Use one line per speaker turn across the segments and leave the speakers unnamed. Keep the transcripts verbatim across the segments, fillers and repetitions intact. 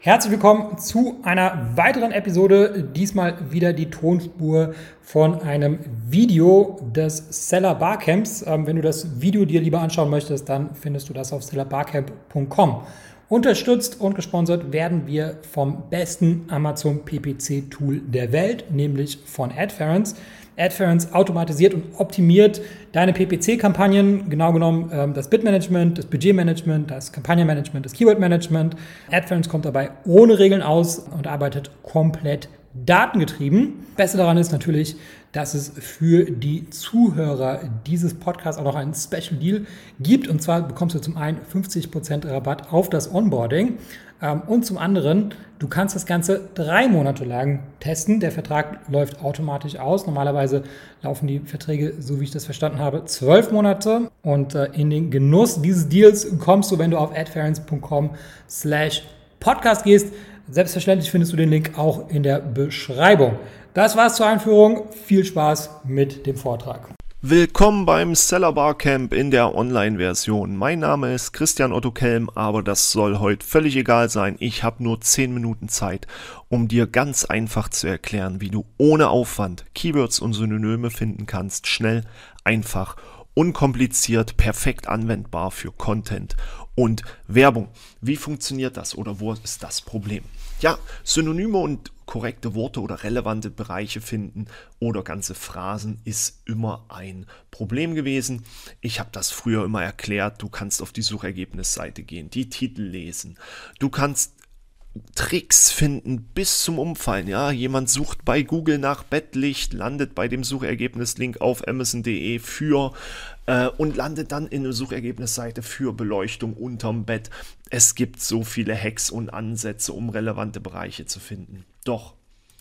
Herzlich willkommen zu einer weiteren Episode, diesmal wieder die Tonspur von einem Video des Seller Barcamps. Ähm, wenn du das Video dir lieber anschauen möchtest, dann findest du das auf seller barcamp punkt com. Unterstützt und gesponsert werden wir vom besten Amazon P P C-Tool der Welt, nämlich von Adference. Adference automatisiert und optimiert deine P P C-Kampagnen, genau genommen ähm, das Bid-Management, das Budgetmanagement, das Kampagnenmanagement, das Keyword-Management. Adference kommt dabei ohne Regeln aus und arbeitet komplett datengetrieben. Das Beste daran ist natürlich, dass es für die Zuhörer dieses Podcasts auch noch einen Special Deal gibt. Und zwar bekommst du zum einen fünfzig Prozent Rabatt auf das Onboarding ähm, und zum anderen, du kannst das Ganze drei Monate lang testen. Der Vertrag läuft automatisch aus. Normalerweise laufen die Verträge, so wie ich das verstanden habe, zwölf Monate. Und äh, in den Genuss dieses Deals kommst du, wenn du auf adference punkt com slash podcast gehst. Selbstverständlich findest du den Link auch in der Beschreibung. Das war's zur Einführung. Viel Spaß mit dem Vortrag.
Willkommen beim Seller Barcamp in der Online-Version. Mein Name ist Christian Otto Kelm, aber das soll heute völlig egal sein. Ich habe nur zehn Minuten Zeit, um dir ganz einfach zu erklären, wie du ohne Aufwand Keywords und Synonyme finden kannst. Schnell, einfach, unkompliziert, perfekt anwendbar für Content und Werbung. Wie funktioniert das oder wo ist das Problem? Ja, Synonyme und korrekte Worte oder relevante Bereiche finden oder ganze Phrasen ist immer ein Problem gewesen. Ich habe das früher immer erklärt. Du kannst auf die Suchergebnisseite gehen, die Titel lesen. Du kannst Tricks finden bis zum Umfallen. Ja, jemand sucht bei Google nach Bettlicht, landet bei dem Suchergebnislink auf amazon punkt de für äh, und landet dann in der Suchergebnisseite für Beleuchtung unterm Bett. Es gibt so viele Hacks und Ansätze, um relevante Bereiche zu finden. Doch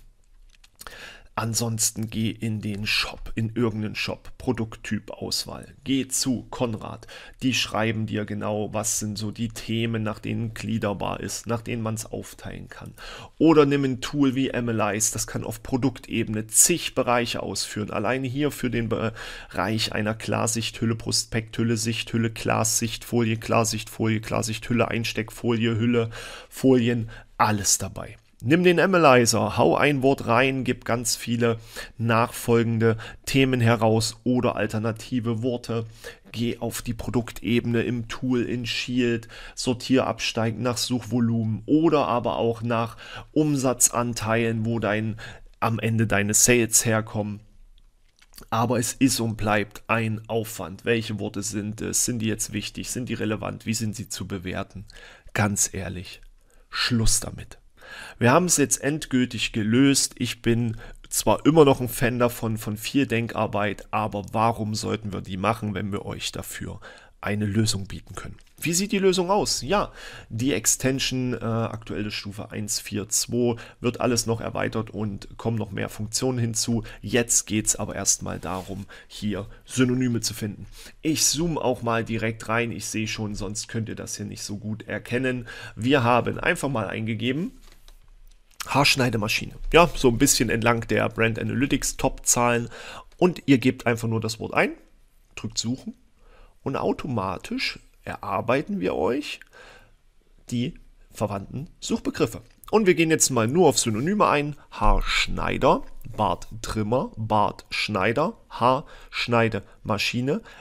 ansonsten geh in den Shop, in irgendeinen Shop, Produkttyp Auswahl. Geh zu Konrad. Die schreiben dir genau, was sind so die Themen, nach denen gliederbar ist, nach denen man es aufteilen kann. Oder nimm ein Tool wie Analyze, das kann auf Produktebene zig Bereiche ausführen. Alleine hier für den Bereich einer Klarsichthülle, Prospekthülle, Sichthülle, Glassichtfolie, Klarsichtfolie, Klarsichthülle, Einsteckfolie, Hülle, Folien, alles dabei. Nimm den Analyzer, hau ein Wort rein, gib ganz viele nachfolgende Themen heraus oder alternative Worte. Geh auf die Produktebene im Tool in Shield, sortier absteigend nach Suchvolumen oder aber auch nach Umsatzanteilen, wo dein, am Ende deine Sales herkommen. Aber es ist und bleibt ein Aufwand. Welche Worte sind es? Sind die jetzt wichtig? Sind die relevant? Wie sind sie zu bewerten? Ganz ehrlich, Schluss damit. Wir haben es jetzt endgültig gelöst. Ich bin zwar immer noch ein Fan davon, von viel Denkarbeit, aber warum sollten wir die machen, wenn wir euch dafür eine Lösung bieten können? Wie sieht die Lösung aus? Ja, die Extension, äh, aktuelle Stufe eins Punkt vier Punkt zwei, wird alles noch erweitert und kommen noch mehr Funktionen hinzu. Jetzt geht es aber erstmal darum, hier Synonyme zu finden. Ich zoome auch mal direkt rein. Ich sehe schon, sonst könnt ihr das hier nicht so gut erkennen. Wir haben einfach mal eingegeben, Haarschneidemaschine. Ja, so ein bisschen entlang der Brand Analytics Top-Zahlen und ihr gebt einfach nur das Wort ein, drückt Suchen und automatisch erarbeiten wir euch die verwandten Suchbegriffe. Und wir gehen jetzt mal nur auf Synonyme ein. Haarschneider, Barttrimmer, Bartschneider, Haarschneidemaschine,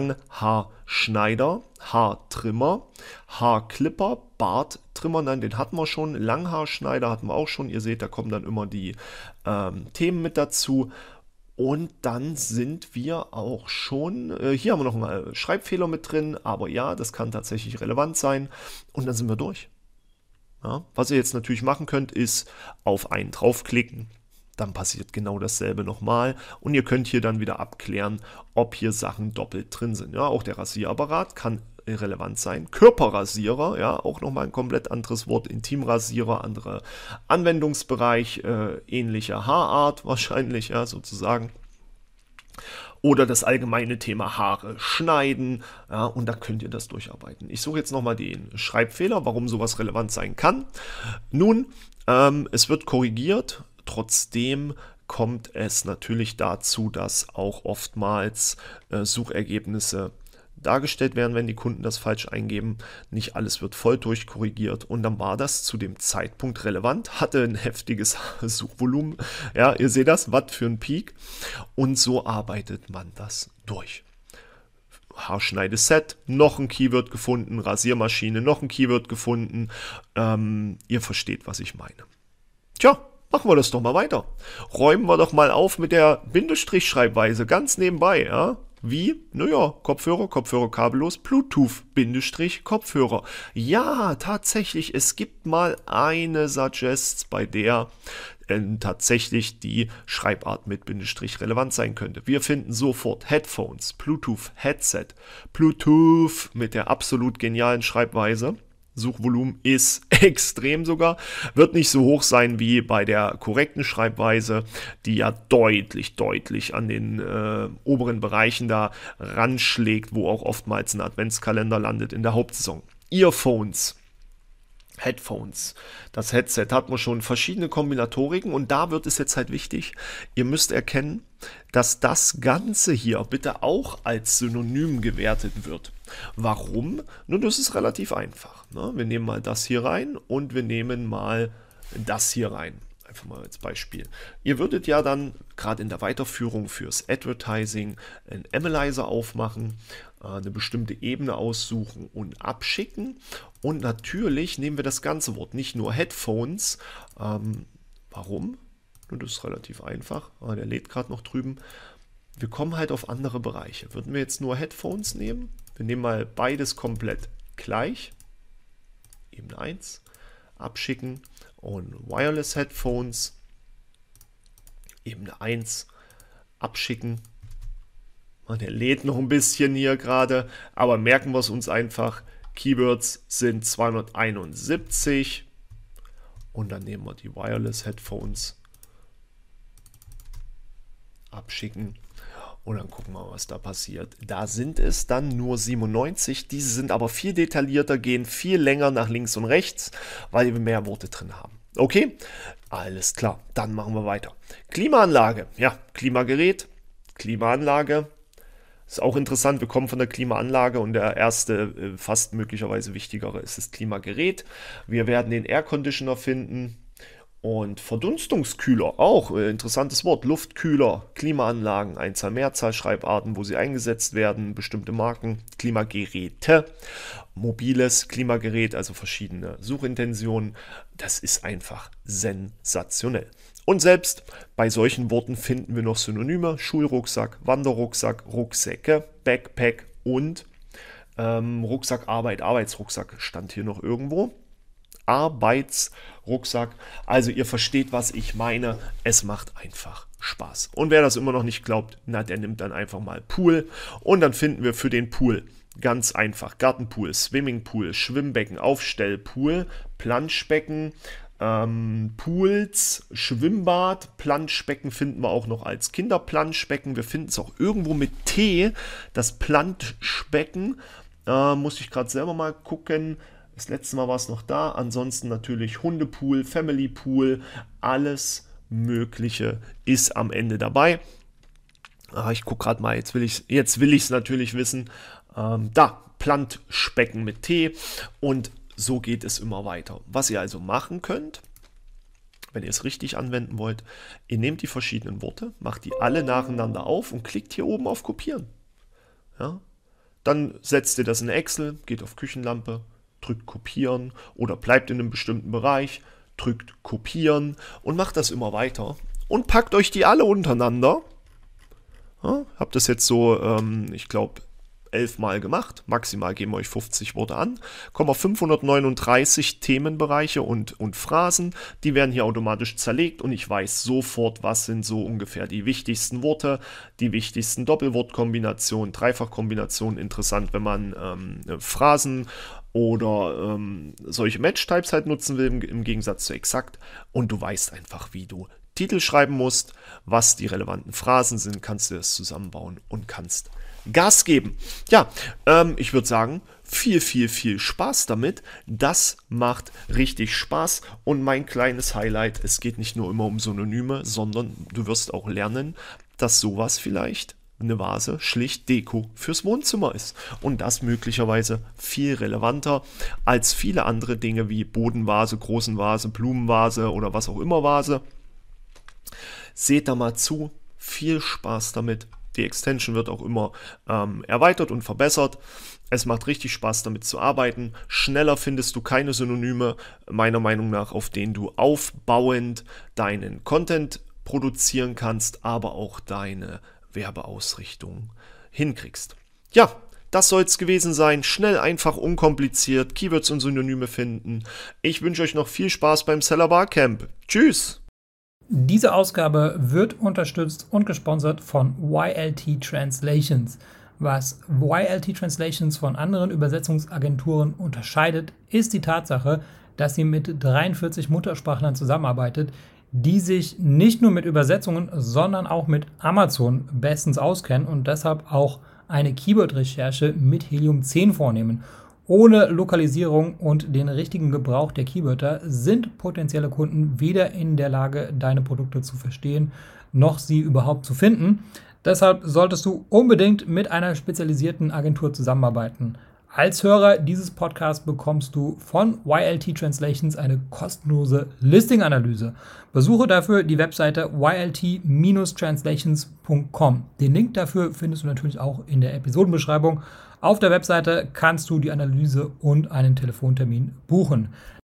Langhaarschneider, Haartrimmer, Haarclipper, Barttrimmer, nein, den hatten wir schon, Langhaarschneider hatten wir auch schon. Ihr seht, da kommen dann immer die ähm, Themen mit dazu. Und dann sind wir auch schon, äh, hier haben wir noch einen Schreibfehler mit drin, aber ja, das kann tatsächlich relevant sein. Und dann sind wir durch. Ja, was ihr jetzt natürlich machen könnt, ist auf einen draufklicken. Dann passiert genau dasselbe nochmal. Und ihr könnt hier dann wieder abklären, ob hier Sachen doppelt drin sind. Ja, auch der Rasierapparat kann relevant sein. Körperrasierer, ja, auch nochmal ein komplett anderes Wort. Intimrasierer, anderer Anwendungsbereich, äh, ähnliche Haarart wahrscheinlich, ja, sozusagen. Oder das allgemeine Thema Haare schneiden, ja, und da könnt ihr das durcharbeiten. Ich suche jetzt nochmal den Schreibfehler, warum sowas relevant sein kann. Nun, ähm, es wird korrigiert, trotzdem kommt es natürlich dazu, dass auch oftmals äh, Suchergebnisse dargestellt werden, wenn die Kunden das falsch eingeben. Nicht alles wird voll durchkorrigiert. Und dann war das zu dem Zeitpunkt relevant, hatte ein heftiges Suchvolumen. Ja, ihr seht das, was für ein Peak. Und so arbeitet man das durch. Haarschneideset, noch ein Keyword gefunden, Rasiermaschine, noch ein Keyword gefunden. Ähm, ihr versteht, was ich meine. Tja, machen wir das doch mal weiter. Räumen wir doch mal auf mit der Bindestrich-Schreibweise, ganz nebenbei, ja. Wie? Naja, Kopfhörer, Kopfhörer kabellos, Bluetooth-Kopfhörer. Ja, tatsächlich, es gibt mal eine Suggest, bei der äh, tatsächlich die Schreibart mit Bindestrich relevant sein könnte. Wir finden sofort Headphones, Bluetooth-Headset, Bluetooth mit der absolut genialen Schreibweise. Suchvolumen ist extrem sogar, wird nicht so hoch sein wie bei der korrekten Schreibweise, die ja deutlich, deutlich an den äh, oberen Bereichen da ranschlägt, wo auch oftmals ein Adventskalender landet in der Hauptsaison. Earphones, Headphones, das Headset hat man schon verschiedene Kombinatoriken und da wird es jetzt halt wichtig, ihr müsst erkennen, dass das Ganze hier bitte auch als Synonym gewertet wird. Warum? Nun, das ist relativ einfach. Ne? Wir nehmen mal das hier rein und wir nehmen mal das hier rein. Einfach mal als Beispiel. Ihr würdet ja dann gerade in der Weiterführung fürs Advertising einen Analyzer aufmachen, eine bestimmte Ebene aussuchen und abschicken. Und natürlich nehmen wir das ganze Wort, nicht nur Headphones. Ähm, warum? Und das ist relativ einfach. Ah, der lädt gerade noch drüben. Wir kommen halt auf andere Bereiche. Würden wir jetzt nur Headphones nehmen? Wir nehmen mal beides komplett gleich. Ebene eins. Abschicken. Und Wireless Headphones. Ebene eins. Abschicken. Der lädt noch ein bisschen hier gerade. Aber merken wir es uns einfach. Keywords sind zweihunderteinundsiebzig. Und dann nehmen wir die Wireless Headphones. Abschicken und dann gucken wir, was da passiert. Da sind es dann nur siebenundneunzig, diese sind aber viel detaillierter, gehen viel länger nach links und rechts, weil wir mehr Worte drin haben. Okay, alles klar, dann machen wir weiter. Klimaanlage, ja, Klimagerät, Klimaanlage, ist auch interessant, wir kommen von der Klimaanlage und der erste, fast möglicherweise wichtigere ist das Klimagerät. Wir werden den Air Conditioner finden. Und Verdunstungskühler, auch äh, interessantes Wort, Luftkühler, Klimaanlagen, Einzahl, Mehrzahl, Schreibarten, wo sie eingesetzt werden, bestimmte Marken, Klimageräte, mobiles Klimagerät, also verschiedene Suchintentionen, das ist einfach sensationell. Und selbst bei solchen Worten finden wir noch Synonyme, Schulrucksack, Wanderrucksack, Rucksäcke, Backpack und ähm, Rucksack, Arbeit, Arbeitsrucksack stand hier noch irgendwo. Arbeitsrucksack. Also ihr versteht, was ich meine. Es macht einfach Spaß. Und wer das immer noch nicht glaubt, na, der nimmt dann einfach mal Pool. Und dann finden wir für den Pool ganz einfach Gartenpool, Swimmingpool, Schwimmbecken, Aufstellpool, Planschbecken, ähm, Pools, Schwimmbad, Planschbecken finden wir auch noch als Kinderplanschbecken. Wir finden es auch irgendwo mit T, das Planschbecken. Äh, muss ich gerade selber mal gucken. Das letzte Mal war es noch da. Ansonsten natürlich Hundepool, Familypool, alles Mögliche ist am Ende dabei. Ah, ich gucke gerade mal, jetzt will ich jetzt will ich es natürlich wissen. Ähm, da, Planschbecken mit T und so geht es immer weiter. Was ihr also machen könnt, wenn ihr es richtig anwenden wollt, ihr nehmt die verschiedenen Worte, macht die alle nacheinander auf und klickt hier oben auf Kopieren. Ja? Dann setzt ihr das in Excel, geht auf Küchenlampe, drückt Kopieren oder bleibt in einem bestimmten Bereich, drückt Kopieren und macht das immer weiter und packt euch die alle untereinander. Ja, habt das jetzt so, ähm, ich glaube, elfmal gemacht. Maximal geben wir euch fünfzig Worte an. Kommen auf fünfhundertneununddreißig Themenbereiche und, und Phrasen. Die werden hier automatisch zerlegt und ich weiß sofort, was sind so ungefähr die wichtigsten Worte, die wichtigsten Doppelwortkombinationen, Dreifachkombinationen. Interessant, wenn man ähm, Phrasen oder ähm, solche Match-Types halt nutzen will, im, im Gegensatz zu exakt. Und du weißt einfach, wie du Titel schreiben musst, was die relevanten Phrasen sind, kannst du das zusammenbauen und kannst Gas geben. Ja, ähm, ich würde sagen, viel, viel, viel Spaß damit. Das macht richtig Spaß. Und mein kleines Highlight, es geht nicht nur immer um Synonyme, sondern du wirst auch lernen, dass sowas vielleicht eine Vase schlicht Deko fürs Wohnzimmer ist. Und das möglicherweise viel relevanter als viele andere Dinge wie Bodenvase, großen Vase, Blumenvase oder was auch immer Vase. Seht da mal zu, viel Spaß damit. Die Extension wird auch immer ähm, erweitert und verbessert. Es macht richtig Spaß damit zu arbeiten. Schneller findest du keine Synonyme, meiner Meinung nach, auf denen du aufbauend deinen Content produzieren kannst, aber auch deine Werbeausrichtung hinkriegst. Ja, das soll es gewesen sein. Schnell, einfach, unkompliziert. Keywords und Synonyme finden. Ich wünsche euch noch viel Spaß beim Seller Barcamp. Tschüss!
Diese Ausgabe wird unterstützt und gesponsert von Y L T Translations. Was Y L T Translations von anderen Übersetzungsagenturen unterscheidet, ist die Tatsache, dass sie mit dreiundvierzig Muttersprachlern zusammenarbeitet, die sich nicht nur mit Übersetzungen, sondern auch mit Amazon bestens auskennen und deshalb auch eine Keyword-Recherche mit Helium zehn vornehmen. Ohne Lokalisierung und den richtigen Gebrauch der Keywörter sind potenzielle Kunden weder in der Lage, deine Produkte zu verstehen, noch sie überhaupt zu finden. Deshalb solltest du unbedingt mit einer spezialisierten Agentur zusammenarbeiten. Als Hörer dieses Podcasts bekommst du von Y L T Translations eine kostenlose Listing-Analyse. Besuche dafür die Webseite y l t dash translations punkt com. Den Link dafür findest du natürlich auch in der Episodenbeschreibung. Auf der Webseite kannst du die Analyse und einen Telefontermin buchen.